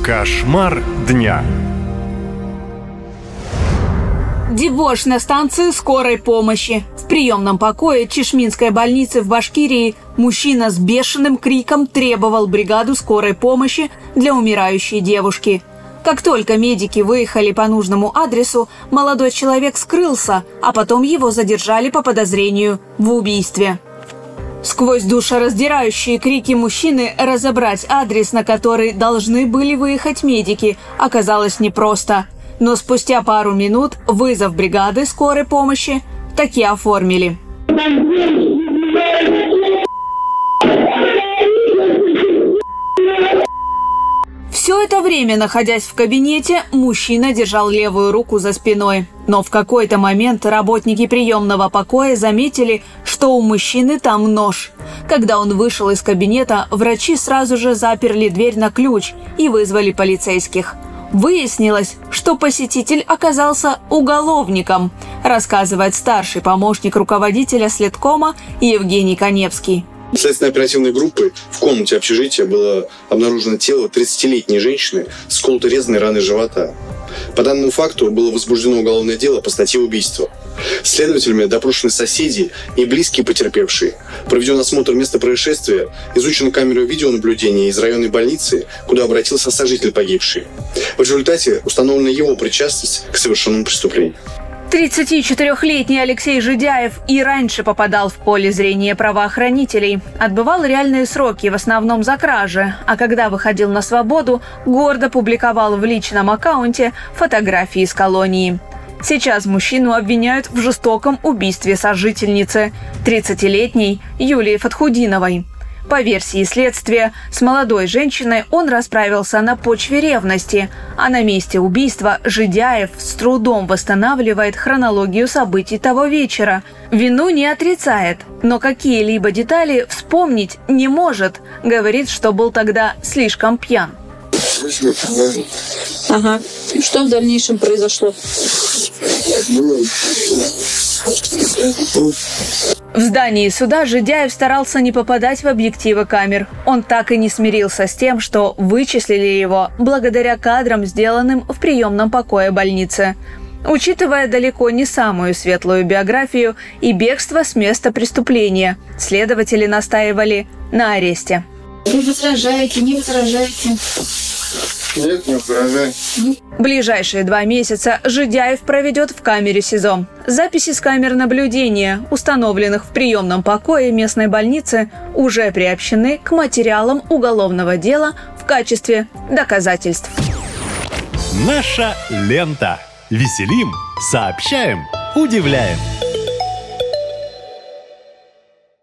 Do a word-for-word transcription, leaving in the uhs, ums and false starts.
Кошмар дня. Дебош на станции скорой помощи. В приемном покое Чишминской больницы в Башкирии мужчина с бешеным криком требовал бригаду скорой помощи для умирающей девушки. Как только медики выехали по нужному адресу, молодой человек скрылся, а потом его задержали по подозрению в убийстве. Сквозь душераздирающие крики мужчины разобрать адрес, на который должны были выехать медики, оказалось непросто. Но спустя пару минут вызов бригады скорой помощи таки оформили. Все это время, находясь в кабинете, мужчина держал левую руку за спиной. Но в какой-то момент работники приемного покоя заметили, что у мужчины там нож. Когда он вышел из кабинета, врачи сразу же заперли дверь на ключ и вызвали полицейских. Выяснилось, что посетитель оказался уголовником, рассказывает старший помощник руководителя следкома Евгений Коневский. Следственной оперативной группы в комнате общежития было обнаружено тело тридцатилетней женщины с колото-резаной раной живота. По данному факту было возбуждено уголовное дело по статье убийства. Следователями допрошены соседи и близкие потерпевшие. Проведен осмотр места происшествия, изучена камера видеонаблюдения из районной больницы, куда обратился сожитель погибшей. В результате установлена его причастность к совершенному преступлению. тридцатичетырёхлетний Алексей Жидяев и раньше попадал в поле зрения правоохранителей. Отбывал реальные сроки, в основном за кражи, а когда выходил на свободу, гордо публиковал в личном аккаунте фотографии из колонии. Сейчас мужчину обвиняют в жестоком убийстве сожительницы, тридцатилетней Юлии Фатхудиновой. По версии следствия, с молодой женщиной он расправился на почве ревности, а на месте убийства Жидяев с трудом восстанавливает хронологию событий того вечера. Вину не отрицает, но какие-либо детали вспомнить не может. Говорит, что был тогда слишком пьян. Ага. И что в дальнейшем произошло? В здании суда Жидяев старался не попадать в объективы камер. Он так и не смирился с тем, что вычислили его благодаря кадрам, сделанным в приемном покое больницы. Учитывая далеко не самую светлую биографию и бегство с места преступления, следователи настаивали на аресте. Вы возражаете, не возражаете? Нет, не возражаю. Ближайшие два месяца Жидяев проведет в камере СИЗО. Записи с камер наблюдения, установленных в приемном покое местной больницы, уже приобщены к материалам уголовного дела в качестве доказательств. Наша лента. Веселим, сообщаем, удивляем.